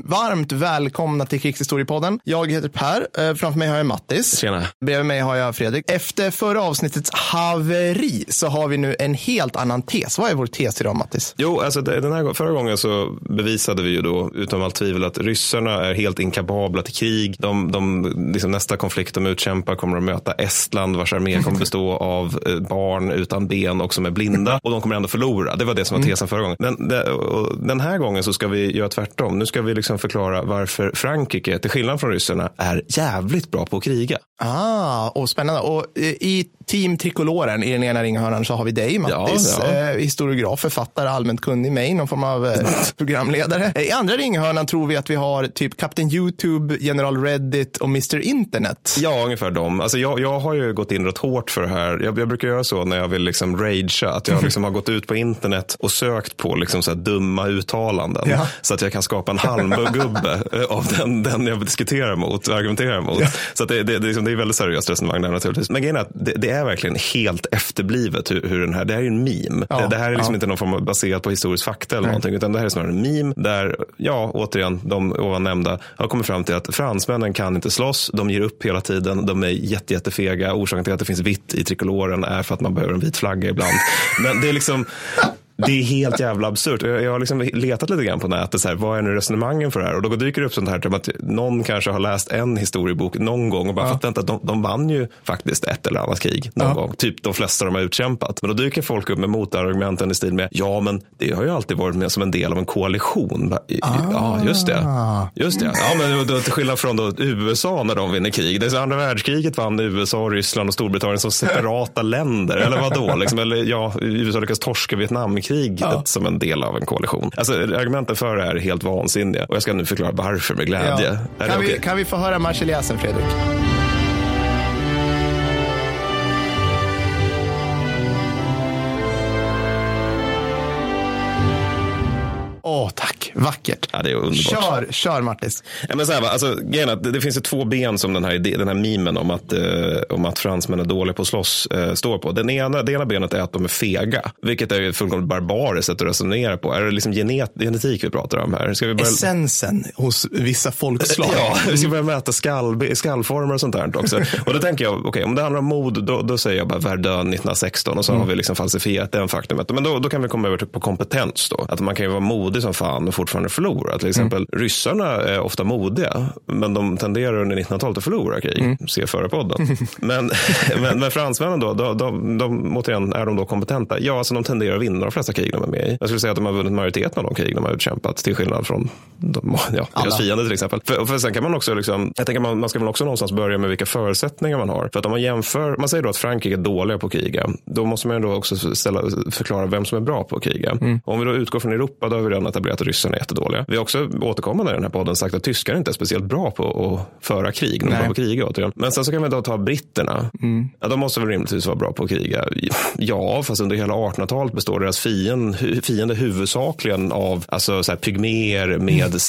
Varmt välkomna till Krigshistoriepodden. Jag heter Per, framför mig har jag Mattis. Tjena. Bredvid mig har jag Fredrik. Efter förra avsnittets haveri så har vi nu en helt annan tes. Vad är vår tes idag, Mattis? Jo, alltså förra gången så bevisade vi ju då utom allt tvivel att ryssarna är helt inkapabla till krig. De liksom nästa konflikt de utkämpar kommer att möta Estland, vars armé kommer bestå av barn utan ben och som är blinda, och de kommer ändå förlora. Det var det som var tesen förra gången. Men den här gången så ska vi göra tvärtom. Nu ska vi liksom förklara varför Frankrike, till skillnad från ryssarna, är jävligt bra på att kriga. Och spännande. Och i Team Trikoloren i den ena ringhörnan så har vi dig, Mattis. Historiograf, författare, allmänt kunnig, mig, någon form av programledare. I andra ringhörnan tror vi att vi har typ Captain YouTube, General Reddit och Mr. Internet. Ja, ungefär dem. Alltså jag har ju gått in rätt hårt för det här. Jag brukar göra så när jag vill liksom ragea, att jag liksom har gått ut på internet och sökt på liksom så här dumma uttalanden. Ja. Så att jag kan skapa en halmgubbe av den jag diskuterar mot och argumenterar mot. Ja. Så att det är väldigt seriöst resonemang där naturligtvis. Men grejen är att det är verkligen helt efterblivet hur den här, det här är ju en meme. Ja. Det här är liksom inte någon form av baserat på historisk fakta eller någonting, utan det här är snarare en meme där, återigen, de ovan nämnda har kommit fram till att fransmännen kan inte slåss, de ger upp hela tiden, de är jättefega. Orsaken till att det finns vitt i trikoloren är för att man behöver en vit flagga ibland. Men det är liksom... Det är helt jävla absurt. Jag har liksom letat lite grann på nätet så här, vad är nu resonemangen för det här? Och då dyker det upp sånt här till att någon kanske har läst en historiebok någon gång och bara fattat att de vann ju faktiskt ett eller annat krig någon gång. Typ de flesta de har utkämpat. Men då dyker folk upp med motargumenten i stil med, ja men det har ju alltid varit med som en del av en koalition. Ja, just det. Ja, men då, till skillnad från då USA när de vinner krig. Det är så andra världskriget vann USA, Ryssland och Storbritannien som separata länder. Eller vad då? Liksom, eller USA lyckas torska Vietnamkriget som en del av en koalition. Alltså argumenten för det här är helt vansinniga. Och jag ska nu förklara varför med glädje. Kan vi få höra Marseljäsen, Fredrik? Tack. Vackert. Ja, det är underbart. Kör Martis. Ja, men så här, alltså, det finns ju två ben som den här memen om att fransmän är dåliga på att slåss står på. Det ena benet är att de är fega, vilket är ju fullkomligt barbariskt sätt att resonera på. Är det liksom genetik vi pratar om här? Ska vi börja... Essensen hos vissa folkslag. Vi ska börja mäta skallformer och sånt där också. Och då tänker jag, okej, om det handlar om mod, då säger jag bara Verdun 1916 och så har vi liksom falsifierat den faktumet. Men då kan vi komma över på kompetens då. Att man kan ju vara modig som fan och fortfarande förlora. Till exempel ryssarna är ofta modiga, men de tenderar under 1900-talet att förlora krig. Se förra podden. men fransmännen då, de återigen, är de då kompetenta? Ja, alltså de tenderar att vinna de flesta krig de är med i. Jag skulle säga att de har vunnit majoriteten av de krig de har utkämpat, till skillnad från deras fiender till exempel. För sen kan man också liksom, jag tänker man ska väl också någonstans börja med vilka förutsättningar man har. För att om man jämför, man säger då att Frankrike är dåliga på att kriga, då måste man då också förklara vem som är bra på att kriga. Om vi då utgår från Europa, då har vi redan etablerat att ryssarna är jättedåliga. Vi har också återkommande i den här podden sagt att tyskar inte är speciellt bra på att föra krig. De är bra på kriga återigen. Men sen så kan vi då ta britterna. Ja, de måste väl rimligtvis vara bra på att kriga. Ja, fast under hela 1800-talet består deras fiende huvudsakligen av alltså, så här, pygméer med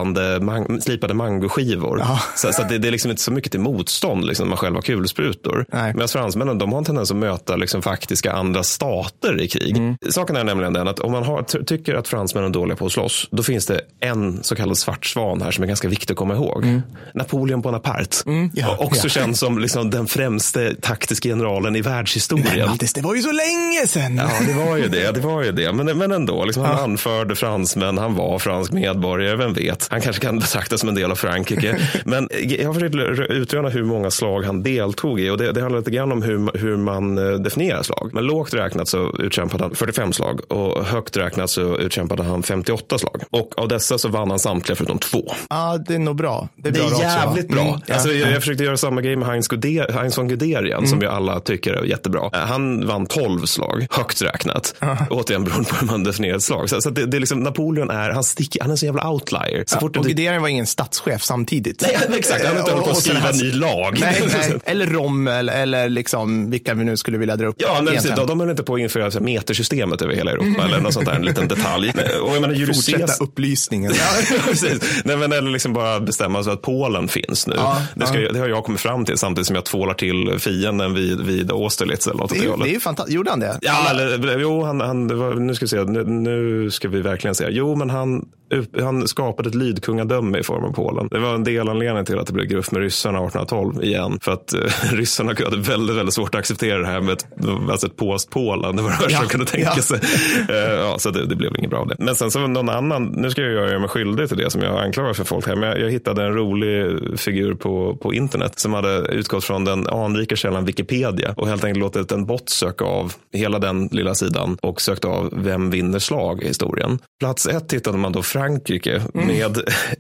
slipade mangoskivor. Så det är liksom inte så mycket till motstånd liksom, när man själv har kulsprutor. Medan fransmännen, de har en tendens att möta liksom, faktiska andra stater i krig. Saken är nämligen den att om man tycker att fransmännen är dåliga på att slåss, då finns det en så kallad svart svan här som är ganska viktig att komma ihåg. Napoleon Bonaparte. Också känd som liksom, den främste taktiska generalen i världshistorien. Men, det var ju så länge sedan. Ja, det var ju det. Men ändå, liksom, han anförde fransmän, han var fransk medborgare, vem vet. Han kanske kan betraktas som en del av Frankrike. Men jag har försökt utröna hur många slag han deltog i, och det handlar lite grann om hur man definierar slag. Men lågt räknat så utkämpade han 45 slag och högt räknat så utkämpade han 58 slag. Och av dessa så vann han samtliga förutom 2. Ja, det är nog bra. Det är jävligt bra. Alltså, jag försökte göra samma grej med Heinz von Guderian som vi alla tycker är jättebra. Han vann 12 slag, högt räknat. Återigen beroende på hur man definierar ett slag. Så det är liksom, Napoleon är, han är en så jävla outlier. Och Guderian var ingen statschef samtidigt. Nej, exakt. Han höll på att skriva en ny lag. Nej. Eller Rommel, eller liksom vilka vi nu skulle vilja dra upp. Ja, men de höll inte på att införa metersystemet över hela Europa eller något sånt där, en liten detalj. Och jag menar, fortsätta upplysningen. Precis. Nej, men eller liksom bara bestämma så att Polen finns nu. Det har jag kommit fram till samtidigt som jag tvålar till fienden vid Austerlitz eller något. Det är ju fantastiskt. Gjorde han det? Ja, nu ska vi se. Nu ska vi verkligen se. Jo, men han han skapade ett lydkungadöme i form av Polen. Det var en del anledning till att det blev gruff med ryssarna 1812 igen. För att ryssarna hade väldigt, väldigt svårt att acceptera det här med ett påst Polen. Det var det värsta de kunde tänka sig. Så det blev inget bra av det. Men sen så var någon annan, nu ska jag göra mig skyldig till det som jag anklagar för folk här. Men jag hittade en rolig figur på internet som hade utgått från den anrika källan Wikipedia och helt enkelt låtit en bot söka av hela den lilla sidan och sökt av vem vinner slag i historien. Plats 1 hittade man då Frankrike med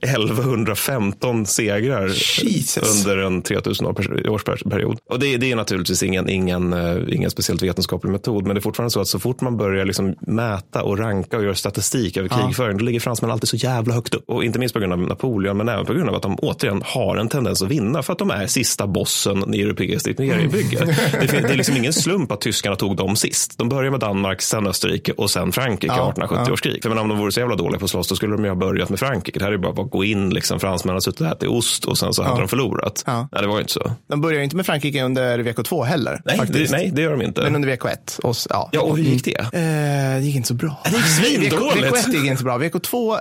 1115 segrar under en 3000 års period. Och det är naturligtvis ingen speciellt vetenskaplig metod, men det är fortfarande så att så fort man börjar liksom mäta och ranka och göra statistik över krigföring, då ligger fransmännen alltid så jävla högt upp. Och inte minst på grund av Napoleon, men även på grund av att de återigen har en tendens att vinna för att de är sista bossen i europeiskt imperiebygge. Det är liksom ingen slump att tyskarna tog dem sist. De började med Danmark, sen Österrike och sen Frankrike 1870 års krig. För om de vore så jävla dåliga på att slåss, då skulle de ju ha börjat med Frankrike. Det här är bara att gå in, liksom, fransmännen har suttit här till ost och sen så hade de förlorat. Nej, det var ju inte så. De börjar inte med Frankrike under VK2 heller. Nej, det gör de inte. Men under VK1. Och hur gick det? Det gick inte så bra. Det gick svindåligt. VK1 gick inte så bra. VK2,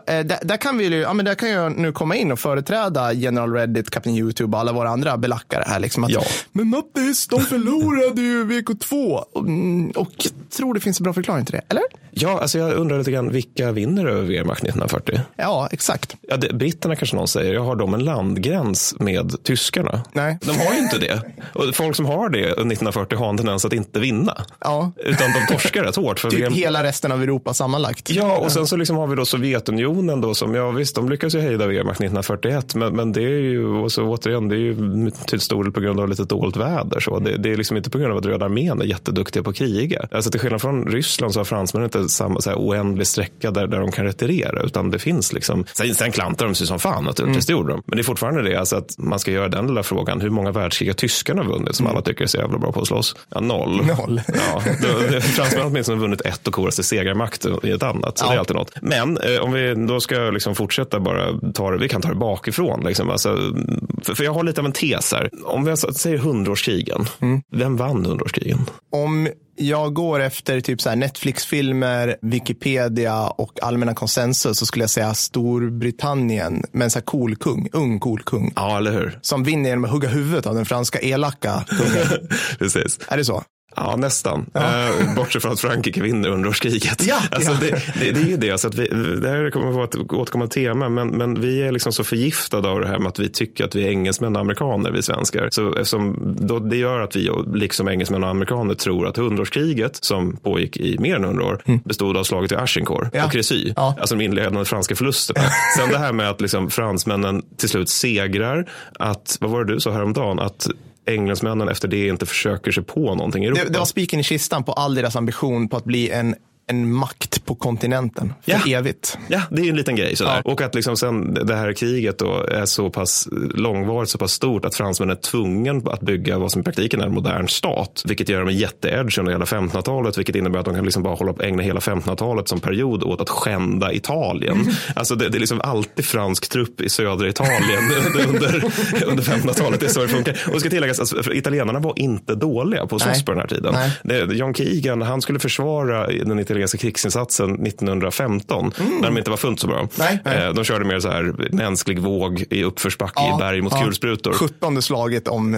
där kan jag nu komma in och företräda General Reddit, Captain YouTube och alla våra andra belackare här. Liksom att, men Mattis, de förlorade ju VK2. Och jag tror det finns en bra förklaring till det, eller? Ja, alltså jag undrar lite grann, vilka vinner över Wehrmacht 1940? Ja, exakt. Ja, britterna kanske någon säger, jag har de en landgräns med tyskarna? Nej. De har ju inte det. Och folk som har det 1940 har en tendens att inte vinna. Ja. Utan de torskar rätt hårt. För typ hela resten av Europa sammanlagt. Ja, och sen så liksom har vi då Sovjetunionen då som, visst, de lyckas ju hejda Wehrmacht 1941, men det är ju, och så återigen, det är ju till stor del på grund av lite dåligt väder. Så det är liksom inte på grund av att Röda armén är jätteduktiga på att kriga. Alltså till skillnad från Ryssland så har fransmännen inte samma så här oändlig sträcka där de kan retirera, utan det finns liksom, sen klantar de sig som fan naturligtvis, det gjorde de. Men det är fortfarande det, alltså att man ska göra den lilla frågan, hur många världskrig har tyskarna vunnit som alla tycker är så jävla bra på att slåss? Ja, 0. Ja, fransmännen har åtminstone vunnit ett och korat sig segermakt i ett annat, så det är alltid något. Men om vi då ska liksom fortsätta vi kan ta det bakifrån liksom, alltså, för jag har lite av en tes här. Om vi säger 100-årskrigen, vem vann 100-årskrigen? Om jag går efter typ så här Netflix-filmer, Wikipedia och allmänna konsensus, så skulle jag säga Storbritannien, men så här ung cool kung. Ja, eller hur? Som vinner genom att hugga huvudet av den franska elaka kungen. Precis. Är det så? Ja, nästan. Bortsett från att Frankrike vinner 100-årskriget. Det är ju det. Så att det här kommer att vara ett återkommande tema, men vi är liksom så förgiftade av det här med att vi tycker att vi är engelsmän och amerikaner, vi svenskar. Så eftersom det gör att vi, liksom engelsmän och amerikaner, tror att 100-årskriget, som pågick i mer än 100 år, bestod av slaget i Agincourt och Crécy. Ja. Alltså de inledande franska förlusterna. Sen det här med att liksom fransmännen till slut segrar, att, vad var det du sa häromdagen, att engelsmännen efter det inte försöker sig på någonting i Europa. Det var spiken i kistan på all deras ambition på att bli en makt på kontinenten för evigt. Ja, det är en liten grej sådär. Ja. Och att liksom sen det här kriget då är så pass långvarigt, så pass stort att fransmännen är tvungen att bygga vad som i praktiken är en modern stat, vilket gör dem en jätteedge under hela 1500-talet, vilket innebär att de kan liksom bara ägna hela 1500-talet som period åt att skända Italien. Alltså det är liksom alltid fransk trupp i södra Italien under 1500-talet. Det är så det funkar. Och det ska tilläggas att italienarna var inte dåliga på att slåss på den här tiden. John Keegan, han skulle försvara den italienska krigsinsatsen 1915 när de inte var fullt så bra. De körde mer så här mänsklig våg i uppförsbacke i berg mot kulsprutor. 17:e slaget om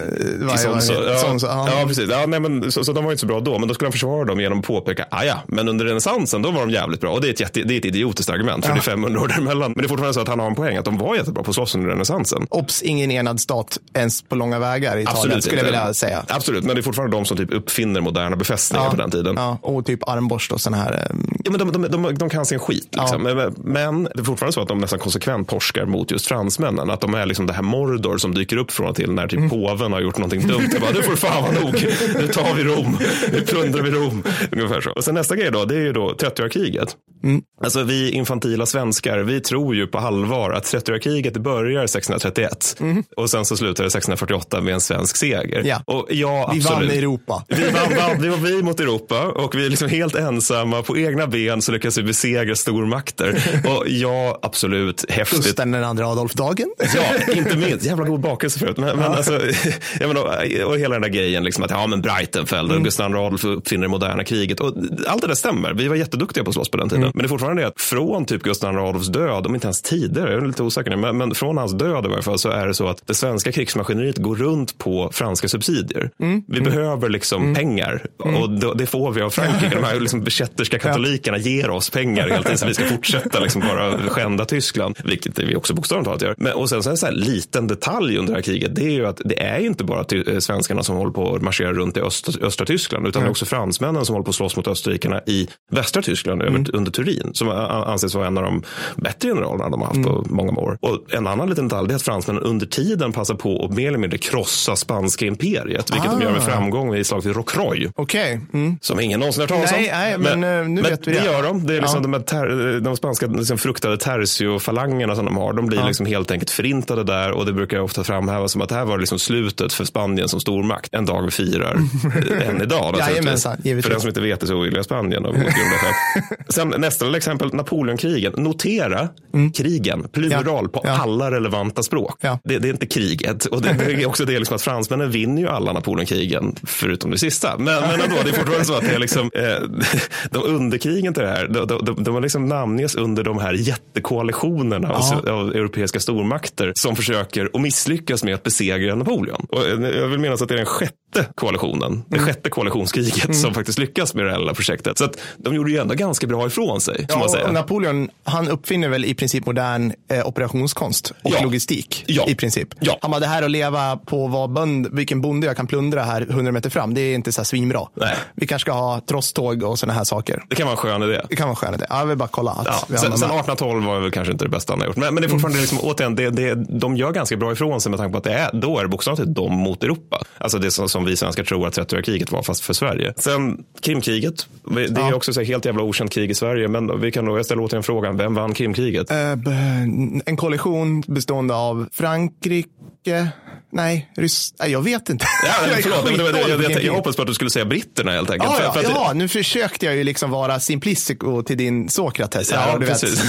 precis. Ja, nej, men så de var inte så bra då, men då skulle de försvara dem genom att påpeka, men under renässansen då var de jävligt bra, och det är ett idiotiskt argument, för det är 500 år däremellan. Men det är fortfarande så att han har en poäng, att de var jättebra på att slåss under renässansen. Obs, ingen enad stat ens på långa vägar i Italien, skulle jag vilja säga. Absolut, men det är fortfarande de som typ uppfinner moderna befästningar på den tiden. Ja, och typ armborst och sån här. Ja, men de kan sin skit liksom. Men det är fortfarande så att de nästan konsekvent torskar mot just fransmännen, att de är liksom det här Mordor som dyker upp från och till när typ påven har gjort någonting dumt. Det bara, nu får fan vara nog, nu tar vi Rom, nu plundrar vi Rom, ungefär så. Och sen nästa grej då, det är ju då 30-årskriget. Alltså vi infantila svenskar, vi tror ju på allvar att 30-årskriget börjar 1631 och sen så slutar det 1648 med en svensk seger. Ja. Och absolut. Vi vann Europa. Vi var vi mot Europa, och vi är liksom helt ensamma ensamma på egna ben så lyckas vi besegra stormakter. Och ja, absolut, häftigt. Gustav den andra Adolf-dagen. Ja, inte minst. Jävla god bakelse förut. Men alltså, jag menar, och hela den där grejen liksom att men Breitenfeld och Gustav II Adolf uppfinner det moderna kriget. Och allt det där stämmer. Vi var jätteduktiga på att slåss på den tiden. Men det är fortfarande det att från typ Gustav II Adolfs död, om inte ens tidigare, jag är lite osäker nu, men från hans död i varje fall så är det så att det svenska krigsmaskineriet går runt på franska subsidier. Vi behöver liksom pengar och det får vi av Frankrike. De här liksom bekätterska katolikerna ger oss pengar hela tiden så vi ska fortsätta liksom bara skända Tyskland, vilket vi också bokstavligt talat gör. Men, och sen så en så här liten detalj under det här kriget, det är ju att det är inte bara svenskarna som håller på att marschera runt i östra Tyskland, utan det är också fransmännen som håller på att slåss mot österrikarna i västra Tyskland under Turin, som anses vara en av de bättre generalerna de har haft på många år. Och en annan liten detalj är att fransmännen under tiden passar på att mer eller mindre krossa spanska imperiet, vilket de gör med framgång i slaget vid Rocroi. Som ingen någonsin har talat om. Nej, men nu vet vi det. Det gör de. Det är liksom de spanska liksom fruktade tercio-falangerna som de har. De blir liksom helt enkelt förintade där, och det brukar ofta framhävas som att det här var liksom slutet för Spanien som stormakt. En dag vi firar än idag. För den som inte vet det så ovilliga Spanien. Och sen nästa exempel, Napoleonkrigen. Notera krigen, plural på alla relevanta språk. Det är inte kriget. Och det är också det liksom att fransmännen vinner ju alla Napoleonkrigen förutom det sista. Men ändå, det är fortfarande så att det är liksom de underkrigen till det här, de har liksom namnges under de här jättekoalitionerna av europeiska stormakter som försöker och misslyckas med att besegra Napoleon. Och jag vill minnas att det är den sjätte koalitionen, det sjätte koalitionskriget som faktiskt lyckas med det här projektet. Så att de gjorde ju ändå ganska bra ifrån sig, som man säger. Och Napoleon, han uppfinner väl i princip modern operationskonst och logistik i princip. Han hade här att leva på vilken bonde jag kan plundra här 100 meter fram. Det är inte så här svinbra. Nej. Vi kanske ska ha trosståg och såna här saker. Det kan vara en skön idé. Ja, jag vill bara kolla att sen 1812 var väl kanske inte det bästa han har gjort. Men det är fortfarande liksom, återigen, de gör ganska bra ifrån sig med tanke på att då är det bokstavligt de mot Europa. Alltså det som vi svenskar tror att 30-åriga kriget var, fast för Sverige. Sen Krimkriget, det är också så helt jävla okänt krig i Sverige, men vi kan då ställa återigen frågan, vem vann Krimkriget? En koalition bestående av Frankrike, jag vet inte. Jag hoppas på att du skulle säga britterna helt enkelt. Nu försökte jag ju liksom vara simplistico till din Sokrates. Ja, precis.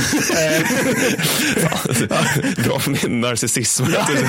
Bra för min narcissism.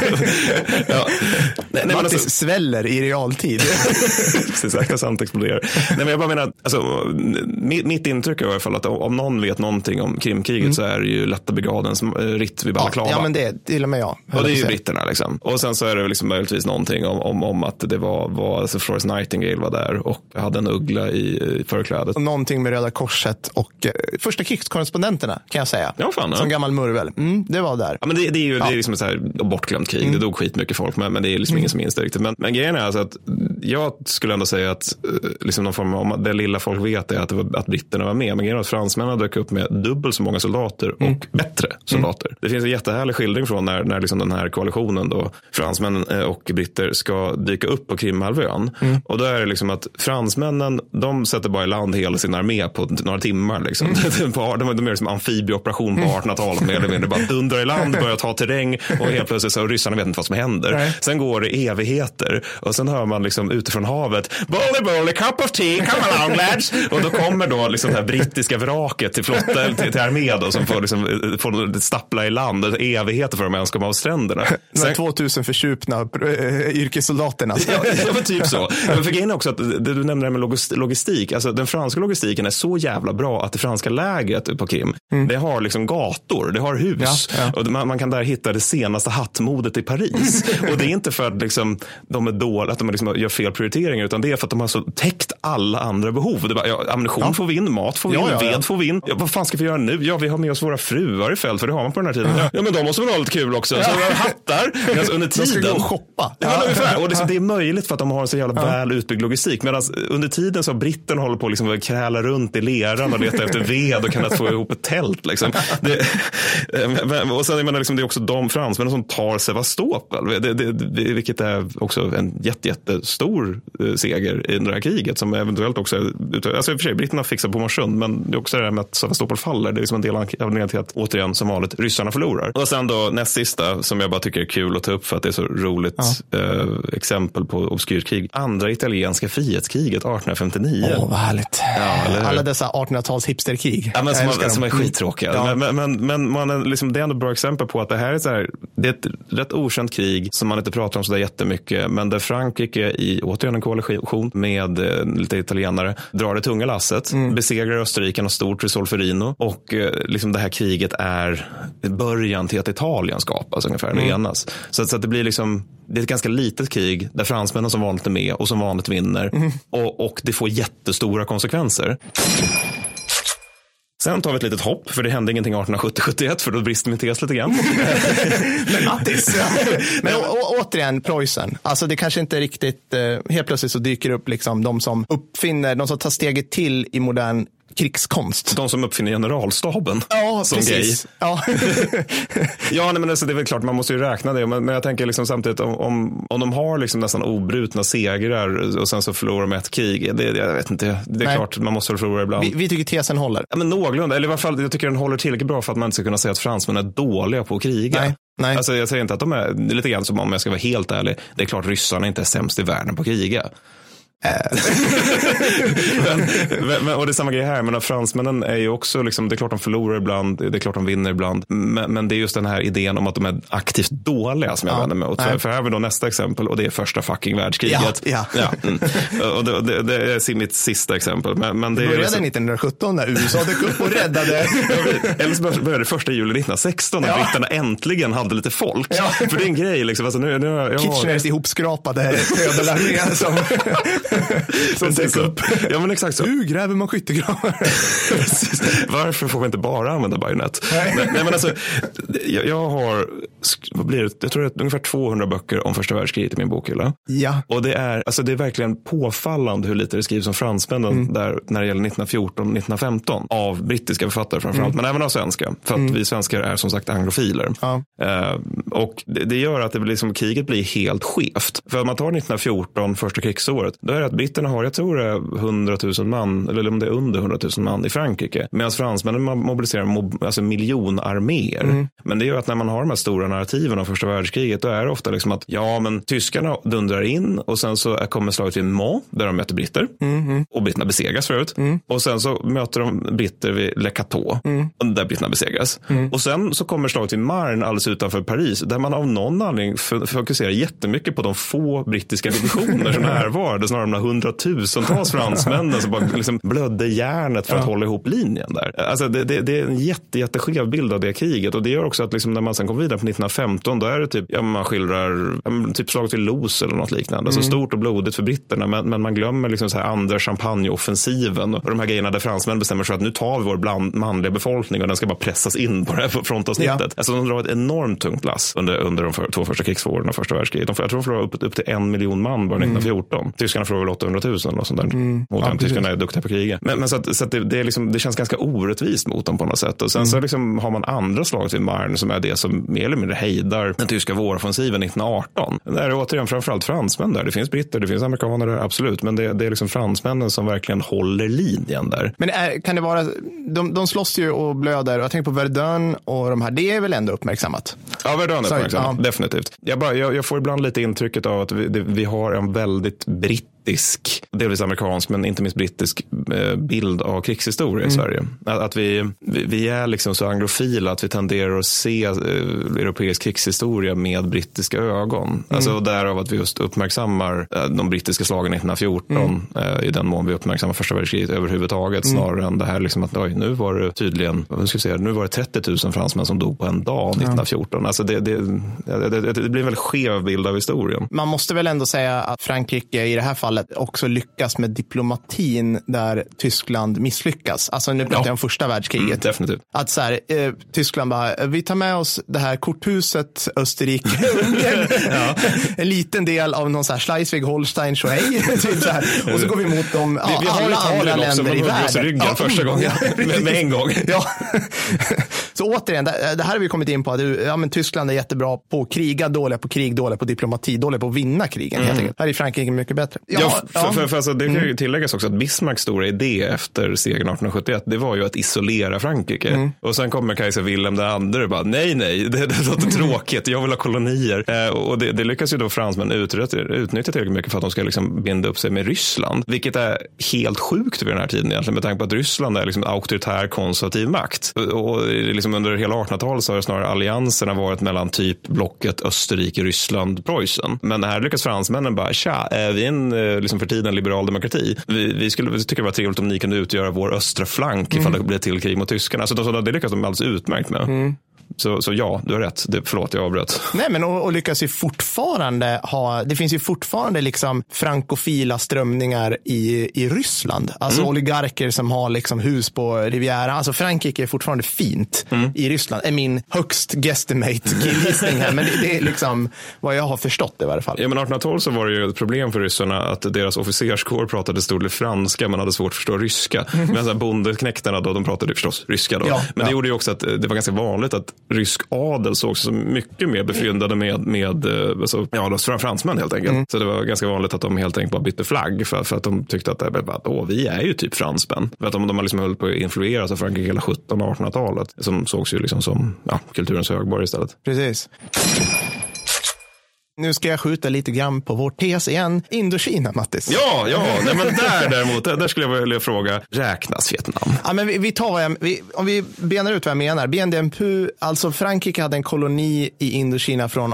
Mattis sväller i realtid. Precis, sant exploderar. Men jag bara menar, alltså, mitt intryck är i alla fall att om någon vet någonting om Krimkriget så är det ju lätta brigadens ritt vid Balaklava. Ja, men det är till och med jag. Och det är ju britterna liksom. Och sen så är det liksom möjligtvis någonting om att det var alltså Florence Nightingale var där och hade en uggla i förklädet. Och någonting med Röda Korset och första krigskorrespondenterna kan jag säga. Ja, fan. Som gammal murvel. Det var där. Ja, men det är ju det är liksom ett så här bortglömt krig. Det dog skitmycket folk, men det är liksom ingen som minns det riktigt. Men grejen är alltså att jag skulle ändå säga att liksom någon form av, det lilla folk vet är att britterna var med. Men grejen är att fransmännen dök upp med dubbelt så många soldater och bättre soldater. Det finns en jättehärlig skildring från när liksom den här koalitionen då, fransmännen och britter ska dyka upp på Krimhalvön. Och då är det liksom att fransmännen, de sätter bara i land hela sin armé på några timmar liksom. De gör som amfibieoperation på 1800-talet med eller mindre, bara dundrar i land, börjar ta terräng och helt plötsligt så ryssarna vet inte vad som händer. Nej. Sen går det evigheter och sen hör man liksom utifrån havet, bully, cup of tea, come along lads. Och då kommer då liksom det här brittiska vraket till flotten, till armé då, som får stappla i land, evigheter för de ens komma av stränderna. Sen 2000 försupna yrkessoldaterna. Ja, men typ så. Men för grejen är också att du nämnde det med logistik. Alltså den franska logistiken är så jävla bra att det franska lägret på Krim, det har liksom gator, det har hus. Ja. Och man kan där hitta det senaste hattmodet i Paris. Och det är inte för att liksom, de är dåliga, att de liksom gör fel prioriteringar, utan det är för att de har så täckt alla andra behov. Det är bara, ammunition får vi in, mat får vi in, ved får vi in. Vad fan ska vi göra nu? Ja, vi har med oss våra fruar i fält, för det har man på den här tiden. Ja, men de måste väl ha lite kul också. Så vi har hattar. Alltså, under tiden. De ska gå och shoppa. Och det är möjligt för att de har en så jävla väl utbyggd logistik. Medan under tiden så har britten håller på liksom att kräla runt i leran och leta efter ved och kan få ihop ett tält. Liksom. Och sen liksom, det är också de fransmännen som tar Sevastopol. Vilket är också en jättestor seger i det här kriget som eventuellt också alltså i och för sig britterna fixar på Marsund, men det är också det här med att Sevastopol faller. Det är liksom en del av till att återigen som vanligt ryssarna förlorar. Och sen då näst sista som jag bara tycker är kul att ta upp för att det är så roligt exempel på obskyrt krig. Andra italienska frihetskriget 1859. Vad härligt. Ja, alla dessa 1800-tals hipsterkrig. Ja, men som är skittråkiga. Ja. Men man är liksom, det är ändå bra exempel på att det här är så här, det är ett rätt okänt krig som man inte pratar om så där jättemycket, men där Frankrike i återigen en koalition med lite italienare drar det tunga lasset, besegrar Österrike och stort vid Solferino, och liksom det här kriget är början till att Italien skapas ungefär, eller enas. Så att det blir liksom, det är ett ganska litet krig där fransmännen som vanligt är med och som vanligt vinner, och det får jättestora konsekvenser. Sen tar vi ett litet hopp, för det hände ingenting 1870-71, för då brister min tes lite grann. Men Mattis, men återigen Preussen. Alltså det kanske inte riktigt, helt plötsligt så dyker upp liksom de som tar steget till i modern krigskonst. De som uppfinner generalstaben. Ja, som precis. Ja, ja, nej, men alltså, det är väl klart, man måste ju räkna det. Men jag tänker liksom samtidigt, om de har liksom nästan obrutna segrar och sen så förlorar de ett krig. Jag vet inte, det är klart, man måste förlora ibland. Vi tycker tesen håller. Ja, men någorlunda, eller i alla fall, jag tycker den håller tillräckligt bra för att man inte ska kunna säga att fransmän är dåliga på att kriga. Nej. Alltså jag säger inte att de är, lite grann som, om jag ska vara helt ärlig, det är klart ryssarna inte är sämst i världen på att kriga. men, och det är samma grej här, men fransmännen är ju också liksom, det är klart de förlorar ibland, det är klart de vinner ibland, men det är just den här idén om att de är aktivt dåliga som jag vänder mig åt. För här har vi då nästa exempel, och det är första fucking världskriget. Och det är mitt sista exempel, men det började liksom 1917 när USA dök upp och räddade. Eller så började det 1 juli 1916 när britterna äntligen hade lite folk. För det är en grej liksom, alltså, nu Kitcheners ihopskrapade ödelarmé som dök upp. Ja, men exakt så. Hur gräver man skyttegravar? Varför får vi inte bara använda bajonett? Nej, men alltså, jag har, vad blir det? Jag tror det är ungefär 200 böcker om första världskriget i min bokhylla. Ja. Och det är verkligen påfallande hur lite det skrivs om fransmännen där när det gäller 1914-1915 av brittiska författare framförallt, men även av svenska. För att vi svenskar är som sagt anglofiler. Ja. Och det gör att det blir liksom, kriget blir helt skevt. För att man tar 1914, första krigsåret, då är det att britterna har, jag tror det är 100 000 man, eller om det är under 100 000 man i Frankrike. Medan fransmännen mobiliserar miljonarméer. Men det gör att när man har de här stora narrativen av första världskriget, då är det ofta liksom att men tyskarna dundrar in och sen så kommer slaget vid Mons där de möter britter. Och britterna besegras förut. Och sen så möter de britter vid Le Cateau där britterna besegras. Och sen så kommer slaget vid Marne alldeles utanför Paris, där man av någon anledning fokuserar jättemycket på de få brittiska divisioner som närvarade, snarare de hundratusentals fransmännen som bara liksom blödde järnet för att hålla ihop linjen där. Alltså det är en jätteskev bild av det kriget, och det gör också att liksom när man sen kom vidare på 1915, då är det typ, man skildrar typ slaget vid Loos eller något liknande, så stort och blodigt för britterna, men man glömmer liksom så här andra champagneoffensiven och de här grejerna där fransmän bestämmer sig att nu tar vi vår manliga befolkning och den ska bara pressas in på det här frontavsnittet. Ja. Alltså de drar ett enormt tungt lass under de två första krigsåren av första världskriget. Jag tror de förlorar upp till 1 miljon man bara 1914. Tyskarna förlorar väl 800 000 och sånt där. Tyskarna är duktiga på kriget. Men så att det är liksom, det känns ganska orättvist mot dem på något sätt. Och sen så liksom har man andra slaget vid Marne som är det som mer eller mindre hejdar den tyska våroffensiven 1918. Det är återigen framförallt fransmän där. Det finns britter, det finns amerikaner där, absolut. Men det är liksom fransmännen som verkligen håller linjen där. Men kan det vara, de slåss ju och blöder, och jag tänker på Verdun och de här, det är väl ändå uppmärksammat? Ja, Verdun är uppmärksammat, definitivt. Jag får ibland lite intrycket av att vi har en väldigt brittisk, delvis amerikansk, men inte minst brittisk bild av krigshistoria i Sverige. Att vi är liksom så anglofila att vi tenderar att se europeisk krigshistoria med brittiska ögon. Alltså därav att vi just uppmärksammar de brittiska slagen 1914 i den mån vi uppmärksammar första världskriget överhuvudtaget, snarare än det här liksom att nu var det tydligen, nu var det 30 000 fransmän som dog på en dag 1914. Alltså det blir en väldigt skev bild av historien. Man måste väl ändå säga att Frankrike i det här fallet också lyckas med diplomatin där Tyskland misslyckas. Alltså nu pratar jag om första världskriget. Definitivt. Att så här, Tyskland bara, vi tar med oss det här korthuset Österrike, Ungern, en liten del av någon så här Schleswig-Holstein, typ så här. Och så går vi mot dem, vi har alla andra länder i världen. Ryggen första gången, med en gång. Ja. Så återigen, det här har vi kommit in på att men Tyskland är jättebra på att kriga, dåliga på krig, dåliga på diplomati, dåliga på att vinna krigen. Helt enkelt. Här är Frankrike mycket bättre. För alltså, det kan ju tilläggas också att Bismarcks stora idé efter segern 1871, det var ju att isolera Frankrike. Och sen kommer kejsar Wilhelm II och bara, nej, det låter tråkigt, jag vill ha kolonier. Och det lyckas ju då fransmän utnyttja tillräckligt mycket för att de ska liksom binda upp sig med Ryssland, vilket är helt sjukt vid den här tiden egentligen, med tanke på att Ryssland är liksom auktoritär konservativ makt. Och liksom under hela 1800-talet så har det snarare allianserna varit mellan typ blocket Österrike, Ryssland, Preussen. Men här lyckas fransmännen bara, är vi en liksom för tiden liberal demokrati? Vi skulle tycka det var trevligt om ni kunde utgöra vår östra flank ifall det blir till krig mot tyskarna. Så det lyckas de alldeles utmärkt med. Så ja, du har rätt. Förlåt, jag avbröt. Nej, men och lyckas ju fortfarande det finns ju fortfarande liksom frankofila strömningar i Ryssland. Alltså oligarker som har liksom hus på Riviera. Alltså Frankrike är fortfarande fint i Ryssland. Är min högst guesstimate-gissning här. Men det är liksom vad jag har förstått i varje fall. Ja, men 1812 så var det ju ett problem för ryssarna att deras officerskår pratade stort franska men hade svårt att förstå ryska. Men bondeknäktarna då, de pratade förstås ryska då. Men det gjorde ju också att det var ganska vanligt att rysk adel såg så mycket mer befryndade med fransmän helt enkelt. Så det var ganska vanligt att de helt enkelt bara bytte flagg för att de tyckte att vi är ju typ fransmän. För att de har liksom höll på att influeras av Frankrike hela 1700- och 1800-talet som sågs ju liksom som kulturens högborg istället. Precis. Nu ska jag skjuta lite grann på vår tes igen. Indokina, Mattis. Ja. Nej, men där skulle jag vilja fråga, räknas Vietnam? Ja, men vi tar om vi benar ut vad jag menar. BNDMPU, alltså Frankrike hade en koloni i Indokina från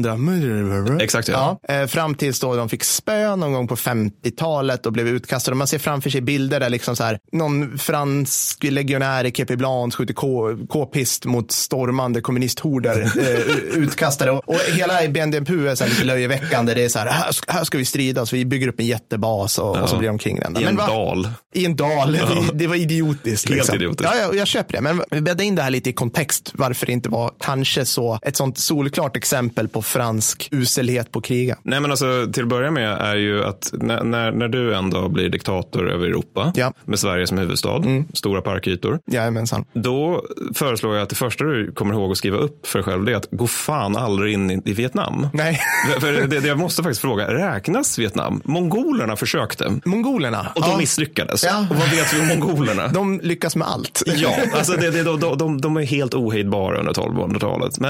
1800. Exakt, ja. Fram tills då de fick spö någon gång på 50-talet och blev utkastade. Man ser framför sig bilder där liksom så här, någon fransk legionär i Kepi Blanche skjuter k-pist mot stormande kommunisthorder utkastade. Och hela BNDMPU är så här lite löjeväckande. Det är så här ska vi strida, så vi bygger upp en jättebas och så blir de kring den. I en dal. Det var idiotiskt. Helt idiotiskt. Ja, jag köper det. Men vi bäddar in det här lite i kontext. Varför det inte var kanske så ett sånt solklart exempel på fransk uselhet på kriga. Nej, men alltså till att börja med är ju att när du ändå blir diktator över Europa med Sverige som huvudstad, stora parkytor. Jajamensan. Då föreslår jag att det första du kommer ihåg att skriva upp för själv, det är att gå fan aldrig in i Vietnam. Nej. För jag måste faktiskt fråga, räknas Vietnam? Mongolerna försökte. Mongolerna? Och de misslyckades. Ja. Och vad vet vi om mongolerna? De lyckas med allt. Ja, alltså de är helt ohejdbara under 1200-talet.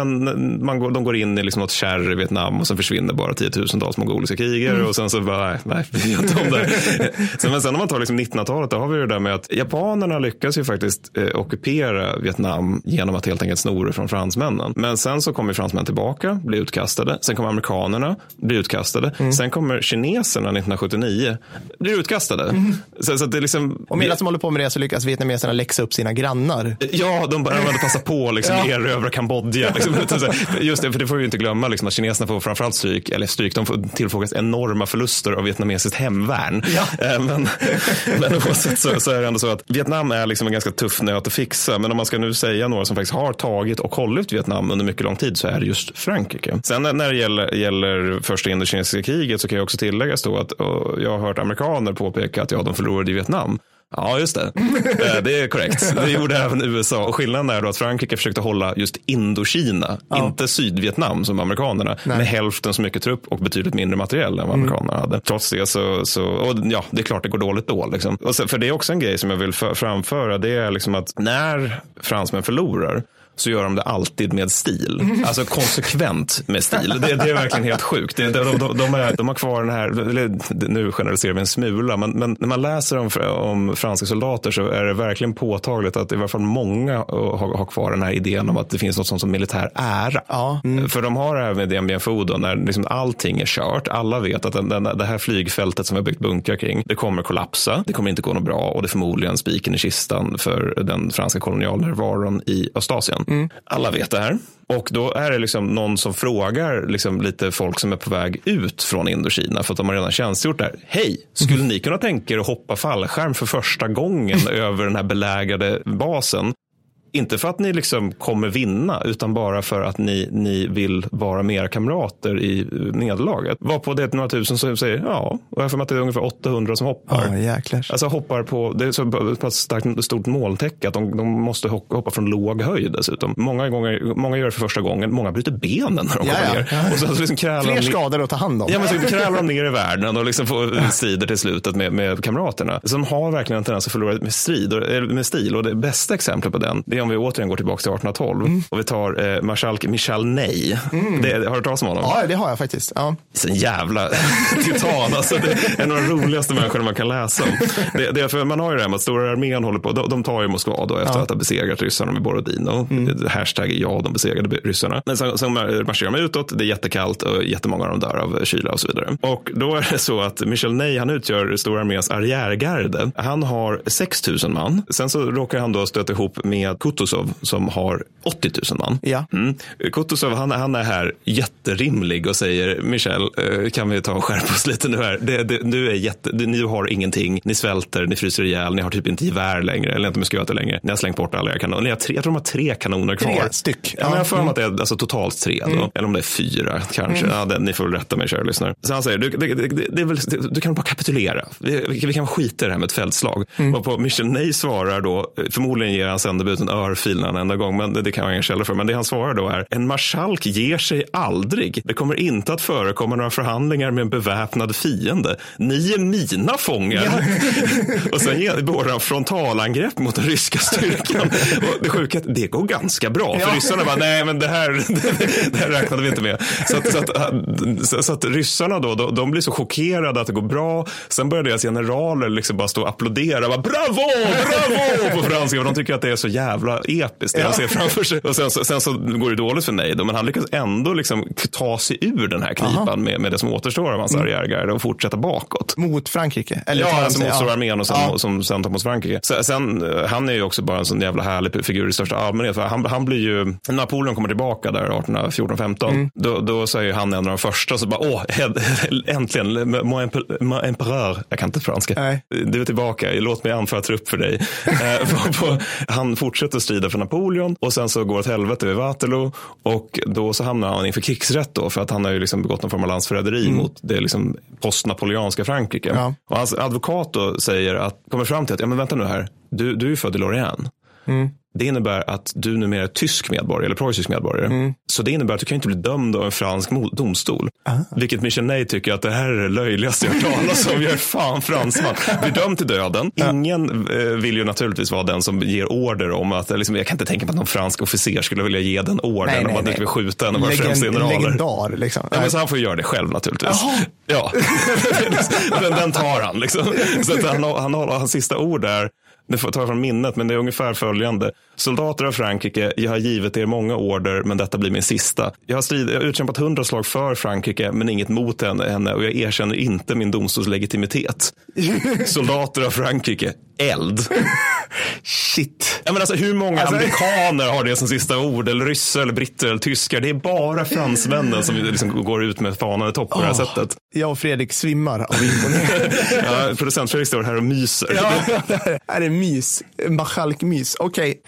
Men de går in i liksom något kärr i Vietnam och sen försvinner bara 10-tusentals mongoliska krigare och sen så bara, nej, vi vet inte om det. Sen om man tar liksom 1900-talet, då har vi det där med att japanerna lyckas ju faktiskt ockupera Vietnam genom att helt enkelt snora från fransmännen. Men sen så kommer fransmän tillbaka, blir utkastade. Sen kommer amerikanerna, blir utkastade. Sen kommer kineserna 1979, blir utkastade. Så det är liksom... Och medan de håller på med det så lyckas vietnameserna läxa upp sina grannar. Ja, de började passa på liksom erövra Kambodja. Liksom. Just det, för det får vi ju inte glömma liksom, att kineserna får framförallt stryk, de får tillfogas enorma förluster av vietnamesiskt hemvärn. Ja. Men oavsett så är det ändå så att Vietnam är liksom en ganska tuff nöt att fixa. Men om man ska nu säga några som faktiskt har tagit och hållit Vietnam under mycket lång tid, så är det just Frankrike. Sen när det gäller första indokinesiska kriget så kan jag också tillägga då att jag har hört amerikaner påpeka att de förlorade i Vietnam. Ja, just det. Det är korrekt. Det gjorde även USA. Och skillnaden är då att Frankrike försökte hålla just Indokina, inte Sydvietnam som amerikanerna, med hälften så mycket trupp och betydligt mindre materiell än vad amerikanerna hade. Trots det det är klart det går dåligt då. Liksom. Och så, för det är också en grej som jag vill framföra, det är liksom att när fransmän förlorar så gör de det alltid med stil. Alltså konsekvent med stil. Det är verkligen helt sjukt. De har kvar den här, nu generaliserar vi en smula, men när man läser om franska soldater så är det verkligen påtagligt att i alla fall många har kvar den här idén om att det finns något sånt som militär ära. Ja. För de har det här med Dien Bien Phu då, när liksom allting är kört. Alla vet att det här flygfältet som vi har byggt bunkrar kring, det kommer kollapsa. Det kommer inte gå något bra och det är förmodligen spiken i kistan för den franska kolonialnärvaron i Östasien. Alla vet det här. Och då är det liksom någon som frågar liksom lite folk som är på väg ut från Indokina för att de har redan tjänstgjort där. Hej, skulle ni kunna tänka er att hoppa fallskärm för första gången över den här belägrade basen? Inte för att ni liksom kommer vinna, utan bara för att ni vill vara mer kamrater i nederlaget. Var på det några tusen som säger ja, och jag får med att det är ungefär 800 som hoppar. Jäklar. Alltså hoppar på, det är så starkt stort måltäcke att de måste hoppa från låg höjd dessutom. Många gör det för första gången, många bryter benen när de kommer ner. Ja. Och så liksom fler skador att ta hand om. Ja, men så krälar de ner i världen och liksom får strider till slutet med kamraterna. Så de har verkligen en tendens att förlora med stil. Och det bästa exemplet på den, det är om vi återigen går tillbaka till 1812 och vi tar marskalk Michel Ney. Har du hört talas om honom? Ja, det har jag faktiskt. Ja. Det är en jävla titan. Alltså, det är en av de roligaste människorna man kan läsa om. Det är för man har ju det här med att stora armén håller på. De tar ju Moskva då efter att ha besegrat ryssarna med Borodino. Hashtag ja, de besegrade ryssarna. Men sen marscherar de utåt. Det är jättekallt och jättemånga av dem dör av kyla och så vidare. Och då är det så att Michel Ney, han utgör stora arméns arriärgarde. Han har 6 000 man. Sen så råkar han då stöta ihop med Kutuzov som har 80 000 man. Ja. Kutuzov, han är här jätterimlig och säger Michel, kan vi ta och skärpa oss lite nu här? Ni har ingenting. Ni svälter, ni fryser ihjäl, ni har typ inte gevär längre, eller inte musköter längre. Ni har slängt bort alla era kanoner. Jag tror de har 3 kanoner kvar. 3 styck. Ja, men jag får att det är alltså totalt 3 då. Eller om det är 4 kanske. Ja, ni får rätta mig, kära lyssnare. Så han säger, du kan bara kapitulera. Vi kan skita i det här med ett fältslag. Och på Michel Ney svarar då, förmodligen ger han sändebud en örfil en enda gång, men det kan jag ingen källa för. Men det han svarar då är, en marskalk ger sig aldrig. Det kommer inte att förekomma några förhandlingar med en beväpnad fiende. Ni är mina fångar. Ja. Och sen beordrar han frontalangrepp mot den ryska styrkan. Och det sjuka, det går ganska bra. För ryssarna bara, nej men det här räknade vi inte med. Så att ryssarna då, de blir så chockerade att det går bra. Sen börjar deras generaler liksom bara stå och applådera. Bara, bravo på franska. De tycker att det är så jävla episkt det de ser framför sig. Och sen så går det dåligt för Ney då, men han lyckas ändå liksom ta sig ur den här knipan med det som återstår av hans arriärgarde och fortsätta bakåt. Mot Frankrike? Eller alltså mot stora armén och som sen tar mot Frankrike. Sen, han är ju också bara en sån jävla härlig figur i största allmänhet. För han blir ju, Napoleon kommer tillbaka där 1814-15. Då säger han en av de första så bara, äntligen, mon empereur. Jag kan inte franska. Nej. Du är tillbaka, låt mig anföra trupp för dig. Han fortsätter strida för Napoleon och sen så går ett helvete vid Waterloo och då så hamnar han inför krigsrätt då, för att han har ju liksom begått någon form av landsförräderi mot det liksom postnapoleanska Frankrike. Ja. Och hans advokat då kommer fram till att, ja men vänta nu här, du är ju född i Lorient. Det innebär att du numera är tysk medborgare eller preussisk medborgare. Så det innebär att du kan inte bli dömd av en fransk domstol. Vilket Michel Ney tycker att det här är det löjligaste jag talas om. Jag är fan fransman. Blir dömd till döden. Ingen vill ju naturligtvis vara den som ger order om att, liksom, jag kan inte tänka mig att någon fransk officer skulle vilja ge den ordern om att inte vill skjuta en av våra främsta generaler. Legendar, liksom. Ja, men så han får göra det själv naturligtvis. Ja. den tar han liksom. Så att han har hans sista ord där. Det får ta från minnet, men det är ungefär följande. Soldater av Frankrike, jag har givit er många order, men detta blir min sista. Jag har utkämpat 100 slag för Frankrike, men inget mot henne, och jag erkänner inte min domstols legitimitet. Soldater av Frankrike, eld. Shit. Ja, men alltså, hur många amerikaner har det som sista ord, eller ryssar, eller britter, eller tyskar? Det är bara fransmännen som liksom går ut med fanan i topp på det här sättet. Jag och Fredrik svimmar av imponering. Ja, producent Fredrik står här och myser. Ja, det här är mys. Marskalkmys. Okej.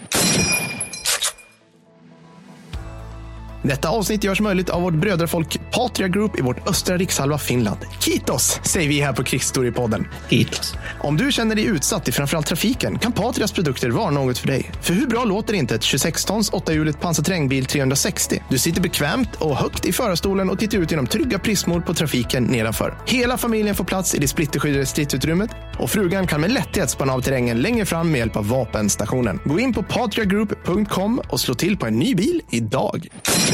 Detta avsnitt görs möjligt av vårt brödrafolk Patria Group i vårt östra rikshalva Finland. Kiitos, säger vi här på Krigshistoriepodden. Kiitos. Om du känner dig utsatt i framförallt trafiken kan Patrias produkter vara något för dig. För hur bra låter inte ett 26-tons 8-hjuligt pansarterrängbil 360? Du sitter bekvämt och högt i förarstolen och tittar ut genom trygga prismor på trafiken nedanför. Hela familjen får plats i det splitterskyddade stridsutrymmet och frugan kan med lätthet spana av terrängen längre fram med hjälp av vapenstationen. Gå in på patriagroup.com och slå till på en ny bil idag.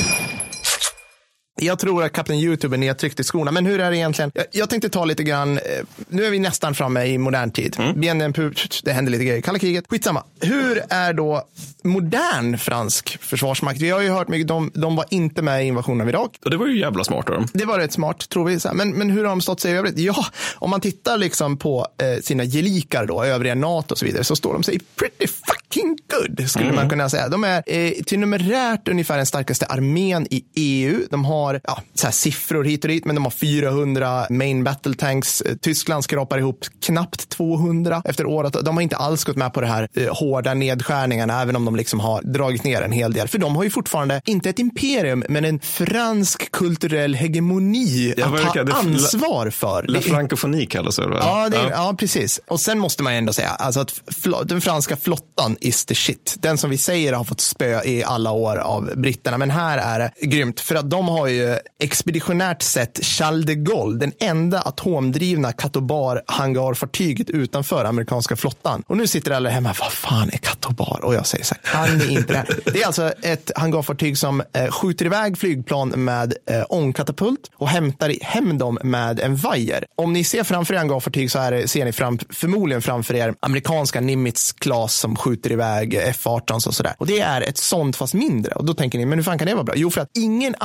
Jag tror att Kapten YouTube är nedtryckt i skorna, men hur är det egentligen? Jag tänkte ta lite grann, nu är vi nästan framme i modern tid. Det händer lite grejer, kalla kriget, skitsamma. Hur är då modern fransk försvarsmakt? Vi har ju hört mycket, de var inte med i invasionen av Irak. Och det var ju jävla smart då. Det var rätt smart, tror vi. Men hur har de stått sig i övrigt? Ja, om man tittar liksom på sina gelikar då, övriga NATO och så vidare, så står de sig pretty fucking good, skulle man kunna säga. De är till numerärt ungefär den starkaste armén i EU. De har så här siffror hit och dit, men de har 400 main battle tanks. Tyskland skrapar ihop knappt 200 efter året. De har inte alls gått med på det här hårda nedskärningarna, även om de liksom har dragit ner en hel del. För de har ju fortfarande inte ett imperium, men en fransk kulturell hegemoni att ta ansvar för. La francophonie kallas det, va? Ja, precis. Och sen måste man ändå säga alltså att den franska flottan is the shit. Den som vi säger har fått spö i alla år av britterna, men här är det grymt för att de har ju expeditionärt sett Charles de Gaulle, den enda atomdrivna Katobar hangarfartyget utanför amerikanska flottan. Och nu sitter alla hemma, vad fan är Katobar? Och jag säger så här, kan ni inte det här? Det är alltså ett hangarfartyg som skjuter iväg flygplan med ångkatapult och hämtar hem dem med en vajer. Om ni ser framför er hangarfartyg så ser ni förmodligen framför er amerikanska Nimitz-Class som skjuter iväg F-18 och sådär. Och det är ett sånt fast mindre. Och då tänker ni, men hur fan kan det vara bra? Jo, för att ingen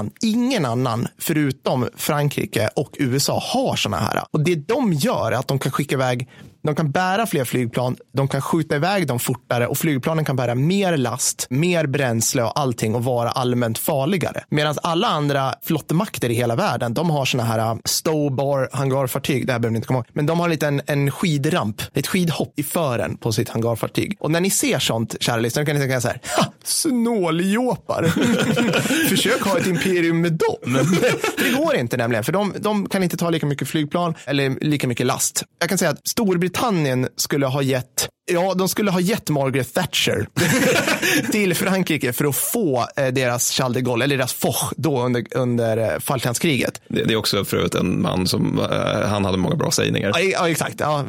annan förutom Frankrike och USA har såna här. Och det de gör är att de kan skicka iväg, de kan bära fler flygplan, de kan skjuta iväg dem fortare och flygplanen kan bära mer last, mer bränsle och allting och vara allmänt farligare. Medan alla andra flottmakter i hela världen, de har såna här stowbar hangarfartyg, det här behöver ni inte komma ihåg, men de har lite en skidramp, ett skidhopp i fören på sitt hangarfartyg. Och när ni ser sånt, kära lyssnare, kan ni tänka så här, snåljåpar. Försök ha ett imperium med dem. Det går inte nämligen, för de kan inte ta lika mycket flygplan eller lika mycket last. Jag kan säga att Storbritannien skulle ha gett Margaret Thatcher till Frankrike för att få deras Charles de Gaulle, eller deras Foch då under Falklandskriget. Det är också för övrigt en man som han hade många bra sägningar. Ja, exakt. Ja,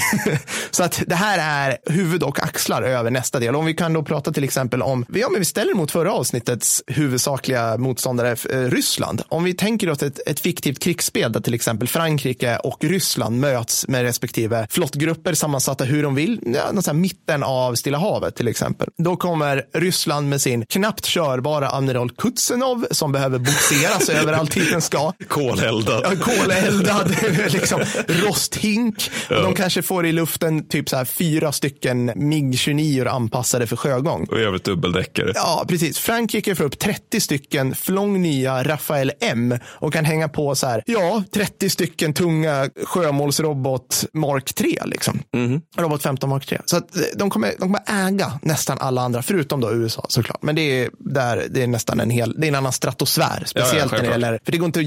så att det här är huvud och axlar över nästa del. Om vi kan då prata till exempel om, men vi ställer mot förra avsnittets huvudsakliga motståndare Ryssland. Om vi tänker oss ett fiktivt krigsspel där till exempel Frankrike och Ryssland möts med respektive flottgrupper sammansatta hur de vill, mitten av Stilla havet till exempel. Då kommer Ryssland med sin knappt körbara amiral Kutsenov som behöver bogseras överallt dit den ska. Koleldad liksom rosthink. Ja. Och de kanske får i luften typ så här 4 stycken MiG-29 anpassade för sjögång. Och över dubbeldäckare. Ja, precis. Frankrike får upp 30 stycken flångnya Rafael M och kan hänga på så här, 30 stycken tunga sjömålsrobot Mark 3 liksom. Robot 15 Mark 3. Så att de kommer äga nästan alla andra, förutom då USA såklart. Men det är nästan det är en annan stratosfär. Speciellt när det gäller, för det går inte att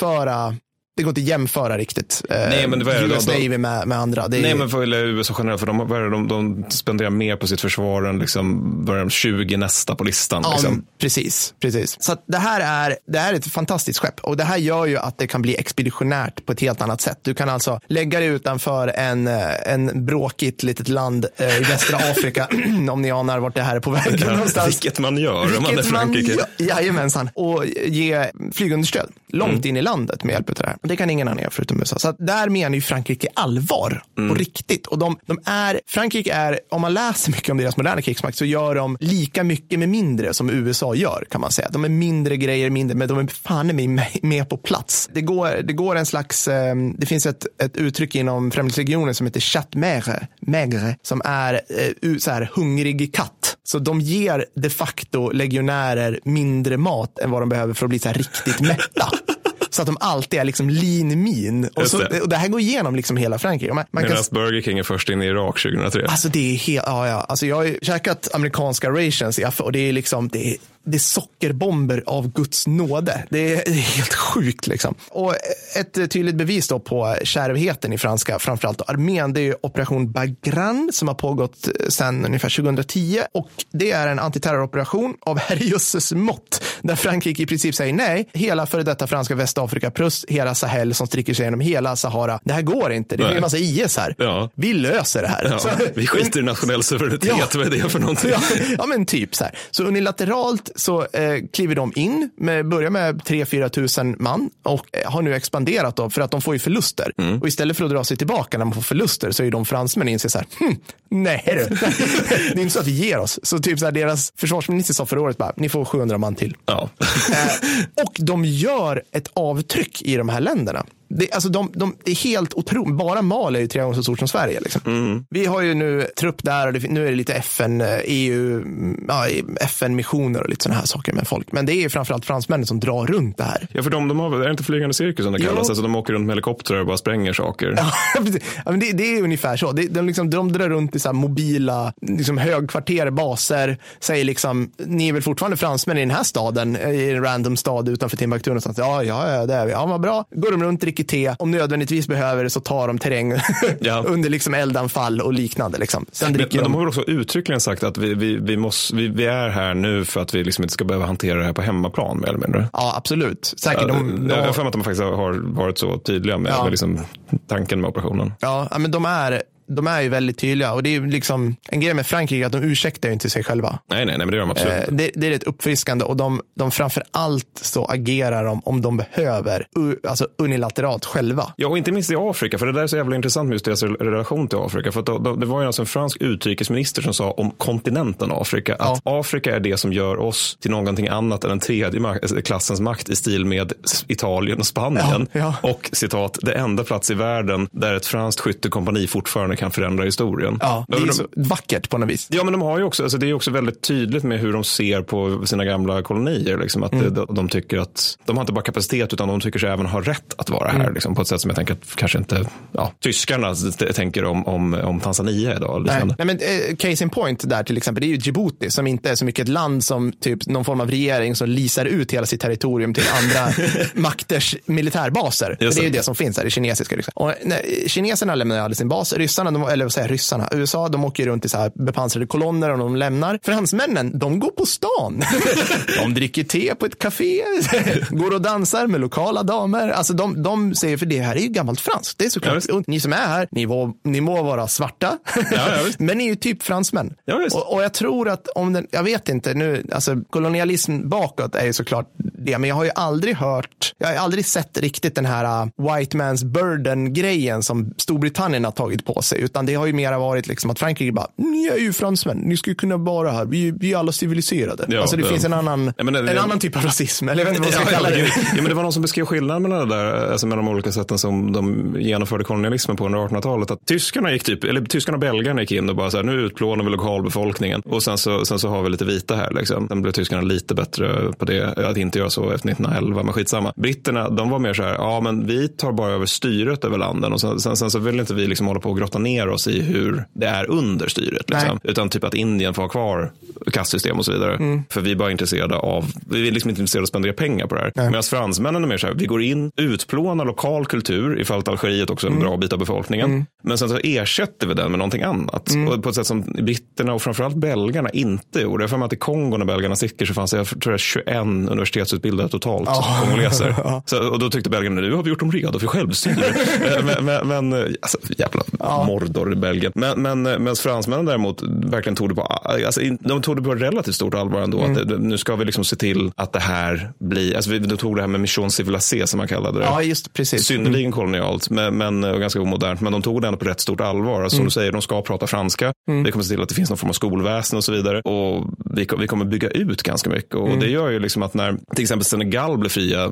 jämföra riktigt. Nej, men US Navy med andra. Nej, men för USA generellt, för de spenderar mer på sitt försvar än liksom börjar 20 nästa på listan. Ja, liksom. Precis. Så att det här är ett fantastiskt skepp. Och det här gör ju att det kan bli expeditionärt på ett helt annat sätt. Du kan alltså lägga det utanför en bråkigt litet land i västra Afrika, om ni anar vart det här är på väg någonstans. Vilket man gör om man är Frankrike. Jajamensan. Och ge flygunderstöd långt in i landet med hjälp av det här. Det kan ingen annan göra förutom USA. Så att där menar ju Frankrike allvar på riktigt. Och Frankrike är, om man läser mycket om deras moderna krigsmakt, så gör de lika mycket med mindre som USA gör, kan man säga. De är mindre grejer, men de är fan med på plats. Det går en slags, det finns ett uttryck inom främlingsregionen som heter chat-maigre, som är så här hungrig katt. Så de ger de facto legionärer mindre mat än vad de behöver för att bli så här riktigt mätta. Så att de alltid är liksom lean mean. Och det här går igenom liksom hela Frankrike. Medan Burger King är först in i Irak 2003. Alltså det är helt, Alltså jag har ju käkat amerikanska rations och det är liksom, det är sockerbomber av Guds nåde. Det är helt sjukt liksom. Och ett tydligt bevis då på kärvheten i franska, framförallt armén, det är Operation Bagram som har pågått sedan ungefär 2010. Och det är en antiterroroperation av herrejösses mått, där Frankrike i princip säger nej. Hela före detta franska Västafrika plus hela Sahel som sträcker sig genom hela Sahara. Det här går inte. Det är en massa IS här. Ja. Vi löser det här. Ja, så, vi skiter i nationell suveränitet. Vad är det för någonting? Ja, men typ så här. Så unilateralt så kliver de in, börjar med 3-4 tusen man och har nu expanderat då, för att de får ju förluster. Och istället för att dra sig tillbaka när man får förluster, så är de fransmän inser så här, nej det är inte så att vi ger oss. Så typ så här, deras försvarsminister sa förra året bara, ni får 700 man till. Ja. Och de gör ett avtryck i de här länderna. det är helt otroligt. Bara Mali är ju 3 gånger så stort som Sverige. Liksom. Vi har ju nu trupp där och nu är det lite FN, EU, FN-missioner och lite sådana här saker med folk. Men det är framförallt fransmännen som drar runt det här. Ja, för de har, är det inte flygande cirkus som det kallas? Alltså, de åker runt med helikoptrar och bara spränger saker. Ja, men det är ungefär så. De drar runt i så här mobila liksom högkvarter, baser, säger liksom, ni är väl fortfarande fransmän i den här staden, i en random stad utanför Timbuktu och sånt. Ja, det är vi. Ja, vad bra. Går de runt, dricker te. Om nödvändigtvis behöver det så tar de terräng under liksom eldanfall och liknande. Liksom. Sen men de har väl också uttryckligen sagt att vi är här nu för att vi liksom inte ska behöva hantera det här på hemmaplan, mer eller mindre. Ja, absolut. Säkert. Jag har för mig att de faktiskt har varit så tydliga med liksom tanken med operationen. Ja, men de är ju väldigt tydliga och det är ju liksom en grej med Frankrike att de ursäktar ju inte sig själva. Nej, men det gör de absolut. Det är ett uppfriskande och de framför allt så agerar de om de behöver, alltså unilateralt själva. Ja, och inte minst i Afrika, för det där är så jävla intressant med just deras relation till Afrika. För att det var ju alltså en fransk utrikesminister som sa om kontinenten Afrika att Afrika är det som gör oss till någonting annat än en tredje klassens makt i stil med Italien och Spanien. Och citat, det enda plats i världen där ett franskt skyttekompani fortfarande kan förändra historien. Ja, det är så vackert på något vis. Ja, men de har ju också, alltså det är också väldigt tydligt med hur de ser på sina gamla kolonier. Liksom, att de tycker att de har inte bara kapacitet utan de tycker sig även ha rätt att vara här. Liksom, på ett sätt som jag tänker att kanske inte tyskarna tänker om Tanzania idag. Liksom. Nej, men case in point där till exempel, det är ju Djibouti som inte är så mycket ett land som typ någon form av regering som lisar ut hela sitt territorium till andra makters militärbaser. Det är ju det som finns här i kinesiska. Liksom. Och när kineserna lämnar aldrig sin bas, ryssarna, USA, de åker runt i så här bepansrade kolonner och de lämnar. Fransmännen, de går på stan. De dricker te på ett café, går och dansar med lokala damer. Alltså de säger, för det här är ju gammalt franskt. Det är såklart. Ja, ni som är här, ni må vara svarta, men ni är ju typ fransmän. Ja, och jag tror att jag vet inte nu, alltså kolonialism bakåt är ju såklart det, men jag har ju aldrig sett riktigt den här white man's burden-grejen som Storbritannien har tagit på sig, utan det har ju mera varit liksom att Frankrike bara, ni är ju fransmän, ni ska ju kunna vara här, vi är alla civiliserade. Ja, alltså det finns en annan typ av rasism, eller jag vet inte vad man ska kalla det. Ja, men det var någon som beskrev skillnaden mellan det där, alltså med de olika sätten som de genomförde kolonialismen på under 1800-talet, att tyskarna och belgarna gick in och bara så här, nu utplånar vi lokalbefolkningen och sen så har vi lite vita här liksom. Sen blev tyskarna lite bättre på det, att inte göra så efter 1911, men skitsamma. Britterna, de var mer så här, men vi tar bara över styret över landen och sen så vill inte vi liksom hålla på och grotta ner oss i hur det är under styret liksom. Utan typ att Indien får ha kvar kastsystem och så vidare. För vi är bara intresserade vi är liksom inte intresserade av att spendera pengar på det här. Medan fransmännen är mer så här, vi går in, utplånar lokal kultur ifall att Algeriet också är en bra bit av befolkningen. Men sen så ersätter vi den med någonting annat. Och på ett sätt som britterna och framförallt belgarna inte gjorde. Jag får med att i Kongo när belgarna sticker så fanns det, jag tror det 21 universitetsutbildade totalt kongoleser. Och då tyckte belgarna, nu har vi gjort dem redo för självstyre. men alltså jävla Mordor i Belgien. Men fransmännen däremot verkligen tog det på relativt stort allvar ändå. Att nu ska vi liksom se till att det här blir, alltså de tog det här med mission civilisé som man kallade det. Ja, just precis. Synnerligen kolonialt, men och ganska omodernt, men de tog det ändå på rätt stort allvar. Alltså, som du säger, de ska prata franska. Vi kommer se till att det finns någon form av skolväsen och så vidare. Och vi kommer bygga ut ganska mycket. Och det gör ju liksom att när till exempel Senegal blev fria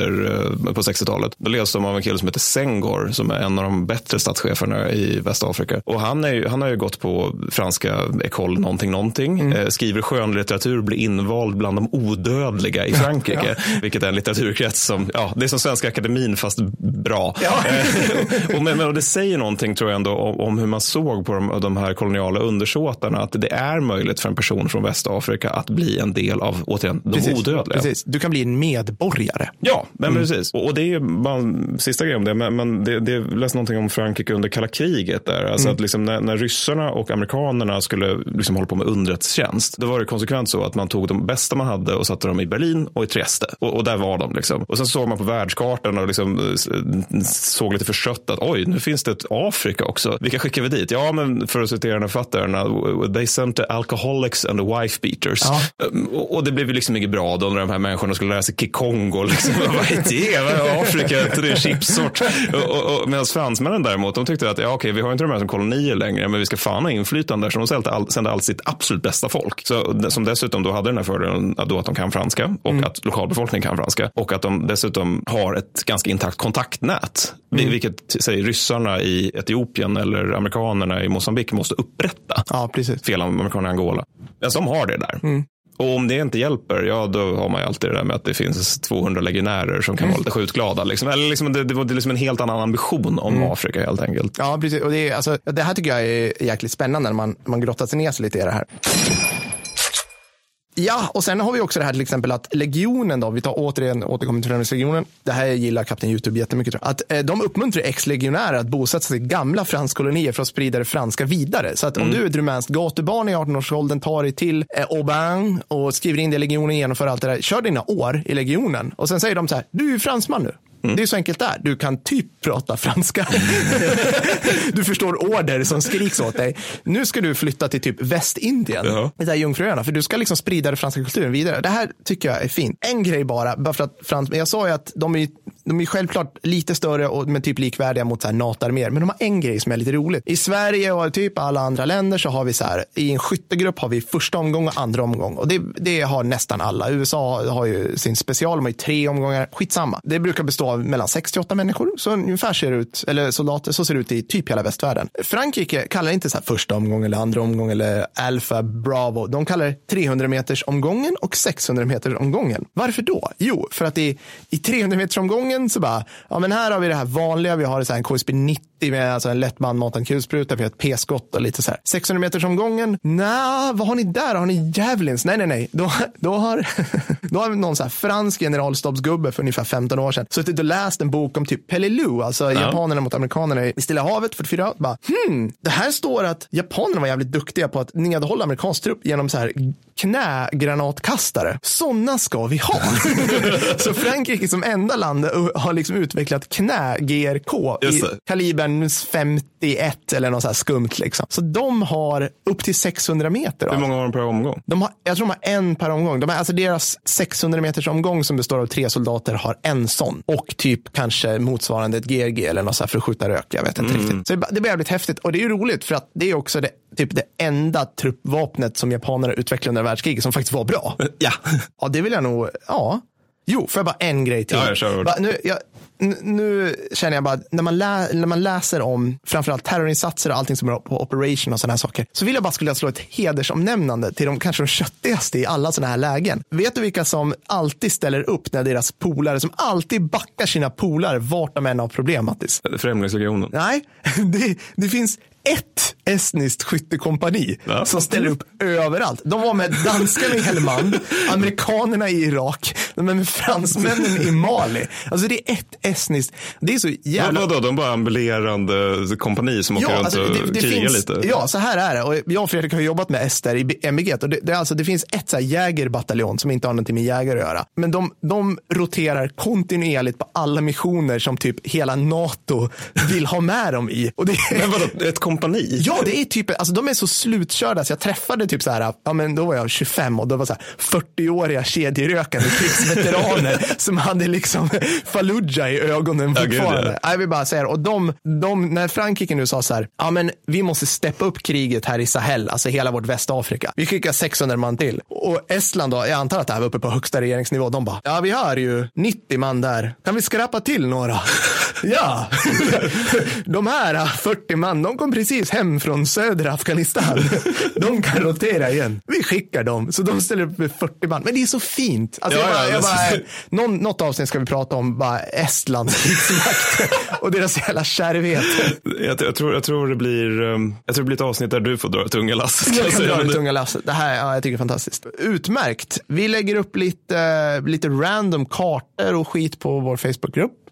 på 60-talet, då leds de av en kille som heter Senghor, som är en av de bättre statscheferna i Västafrika. Och han har ju gått på franska école någonting. Skriver skönlitteratur, blir invald bland de odödliga i Frankrike. Vilket är en litteraturkrets som, det är som Svenska Akademin fast bra. Och det säger någonting tror jag ändå om hur man såg på de här koloniala undersåtarna, att det är möjligt för en person från Västafrika att bli en del av, återigen, de odödliga. Precis. Du kan bli en medborgare. Ja, men precis. Och det är ju bara en sista grej om det, men det läste någonting om Frankrike under kalla kriget där. Alltså att liksom när ryssarna och amerikanerna skulle liksom hålla på med underrättelsetjänst, då var det konsekvent så att man tog de bästa man hade och satte dem i Berlin och i Trieste. Och där var de liksom. Och sen såg man på världskartan och liksom såg lite förstött att oj, nu finns det ett Afrika också. Vilka skickar vi dit? Ja, men för att citera den författarna, they sent alcoholics and the wife beaters. Ja. Och det blev ju liksom mycket bra då när de här människorna skulle lära sig Kikongo. Liksom. Vad är det? Vad är Afrika? Det är chipsort. Medan fransmännen däremot, de tyckte att ja, okej, vi har inte de här som kolonier längre, men vi ska fan ha inflytande där, så de sände allt sitt absolut bästa folk. Så, som dessutom då hade den här fördelen då att de kan franska och att lokalbefolkningen kan franska och att de dessutom har ett ganska intakt kontaktnät. Vilket säger ryssarna i Etiopien eller amerikanerna i Mosambik måste upprätta. Ja, precis. Fel av amerikanerna i Angola. Men de har det där. Och om det inte hjälper, ja då har man ju alltid det där med att det finns 200 legionärer som kan vara lite skjutglada. Liksom. Eller liksom, det var liksom en helt annan ambition om Afrika helt enkelt. Ja, precis. Och det här tycker jag är jäkligt spännande när man grottar sig ner sig lite i det här. Ja, och sen har vi också det här till exempel att legionen då, vi återkommer till Främlingslegionen. Det här gillar Kapten YouTube jättemycket, tror jag. Att de uppmuntrar ex-legionärer att bosätta sig i gamla franskkolonier för att sprida det franska vidare. Så att om du är ett rumänskt gatubarn i 18-årsåldern, tar dig till Aubin och skriver in det i legionen, genomför allt det där, kör dina år i legionen och sen säger de så här, du är ju fransman nu. Det är så enkelt där. Du kan typ prata franska. Du förstår order som skriks åt dig. Nu ska du flytta till typ Västindien. Det där Jungfruöarna. För du ska liksom sprida den franska kulturen vidare. Det här tycker jag är fint. En grej bara för att jag sa ju att de är självklart lite större och men typ likvärdiga mot så här NATO-arméer. Men de har en grej som är lite roligt. I Sverige och typ alla andra länder så har vi så här, i en skyttegrupp har vi första omgång och andra omgång. Och det har nästan alla. USA har ju sin special, de har ju 3 omgångar. Skitsamma. Det brukar bestå av mellan 68 människor. Så ungefär ser det ut, eller soldater, så ser det ut i typ hela västvärlden. Frankrike kallar inte så här första omgång eller andra omgång eller Alpha, Bravo. De kallar det 300 meters omgången och 600 meters omgången. Varför då? Jo, för att i 300 meters omgången så bara, ja men här har vi det här vanliga, vi har så här en KSB 90 med alltså en lätt bandmatad kulspruta, vi har ett p-skott och lite så här. 600 meters omgången, vad har ni där? Har ni javelins? Nej. Då har någon så här fransk generalstabsgubbe för ungefär 15 år sedan suttit och läst en bok om typ Peleliu, alltså japanerna mot amerikanerna i Stilla havet 44. Bara, det här står att japanerna var jävligt duktiga på att nedhålla amerikansk trupp genom så här knägranatkastare. Sådana ska vi ha. Så Frankrike som enda land har liksom utvecklat knä-GRK i kalibern 51 eller något så här skumt liksom. Så de har upp till 600 meter. Hur många har de per omgång? Jag tror de har en per omgång. Alltså deras 600 meters omgång som består av 3 soldater har en sån. Och typ kanske motsvarande ett GRG eller något så här för att skjuta rök. Jag vet inte riktigt. Så det blir jävligt häftigt. Och det är ju roligt för att det är också det enda truppvapnet som japanerna utvecklade under världskriget som faktiskt var bra. Ja, det vill jag nog. Ja. Jo, för bara en grej till. Nu känner jag bara, när man läser om framförallt terrorinsatser och allting som är på Operation och sådana här saker, så vill jag bara skulle slå ett hedersomnämnande till kanske de köttigaste i alla sådana här lägen. Vet du vilka som alltid ställer upp när deras polare, som alltid backar sina polare vart de än har problem, Mattis? Främlingslegionen. Nej, det finns ett estniskt skyttekompani som ställer upp överallt. De var med danskarna i Helmand, amerikanerna i Irak, de är med fransmännen i Mali. Alltså det är ett estniskt. Det är så jävla... Vadå, de bara ambulerande kompani som åker runt och krigar lite? Ja, så här är det. Och jag och Fredrik har jobbat med ester i MBG. Och det finns ett så här jägerbataljon som inte har någonting med jägare att göra. Men de roterar kontinuerligt på alla missioner som typ hela NATO vill ha med dem i. Och men vadå, ett kompani? Ja, det är typ, alltså de är så slutkörda så jag träffade typ så här, ja men då var jag 25 och då var så här 40-åriga kedjerökande krigsveteraner som hade liksom Fallujah i ögonen fortfarande. Jag vill bara säga det. Och de, när Frankrike nu sa så här, ja men vi måste steppa upp kriget här i Sahel, alltså hela vårt Västafrika. Vi skickar 600 man till. Och Estland då, jag antar att det här var uppe på högsta regeringsnivå, de bara, ja vi har ju 90 man där. Kan vi skrapa till några? Ja. De här 40 man, de kom precis hem från södra Afghanistan. De kan rotera igen. Vi skickar dem. Så de ställer upp med 40 man. Men det är så fint. Alltså något avsnitt ska vi prata om bara Estlands krigsmakt och deras jävla kärvhet. Jag tror det blir ett avsnitt där du får dra tunga lass. Jag kan dra tunga lass. Det här, jag tycker det är fantastiskt. Utmärkt. Vi lägger upp lite random kartor och skit på vår Facebookgrupp.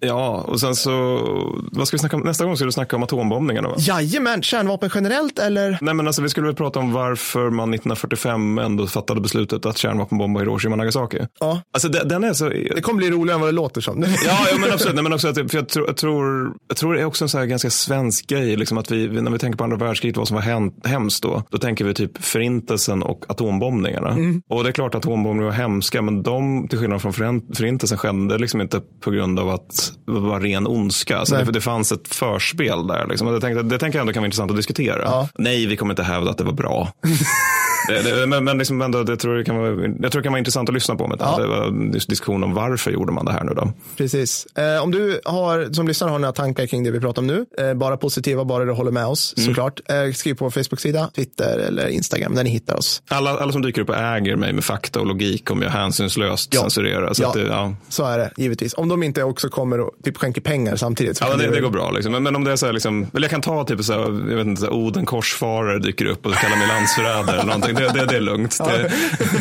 Ja, och sen så, vad ska vi snacka om? Nästa gång ska du snacka om atombombningarna, va? Jajamän, kärnvapen generellt eller? Nej, men alltså vi skulle väl prata om varför man 1945 ändå fattade beslutet att kärnvapenbomba Hiroshima och Nagasaki. Ja. Alltså den är så... Det kommer bli roligare än vad det låter som. Ja, men absolut. Nej, men också att, för jag tror det är också en så här ganska svensk grej, liksom att vi, när vi tänker på andra världskriget, vad som var hemskt då tänker vi typ förintelsen och atombombningarna. Och det är klart att atombombningar var hemska, men de, till skillnad från förintelsen, skedde liksom inte på grund av att det var ren ondska. Alltså det fanns ett förspel där. Liksom. Och det tänker jag ändå kan vara intressant att diskutera. Ja. Nej, vi kommer inte hävda att det var bra. Men liksom ändå, jag tror det kan vara intressant att lyssna på med det var en diskussion om varför gjorde man det här nu då. Precis. Om du som lyssnare har några tankar kring det vi pratar om nu, bara positiva, bara du håller med oss, såklart. Skriv på Facebook-sida, Twitter eller Instagram där ni hittar oss. Alla som dyker upp och äger mig med fakta och logik kommer jag hänsynslöst censurera. Så, så är det, givetvis. Om de inte också kommer och typ skänker pengar samtidigt. Så det går bra. Liksom. Men om det är så här, liksom, eller jag kan ta typ så här, jag vet inte, Oden korsfarare dyker upp och kallar mig landsförrädare eller någonting. Det är lugnt.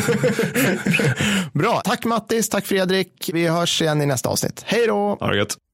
Bra. Tack Mattis, tack Fredrik. Vi hörs igen i nästa avsnitt. Hej då! Ha det gött.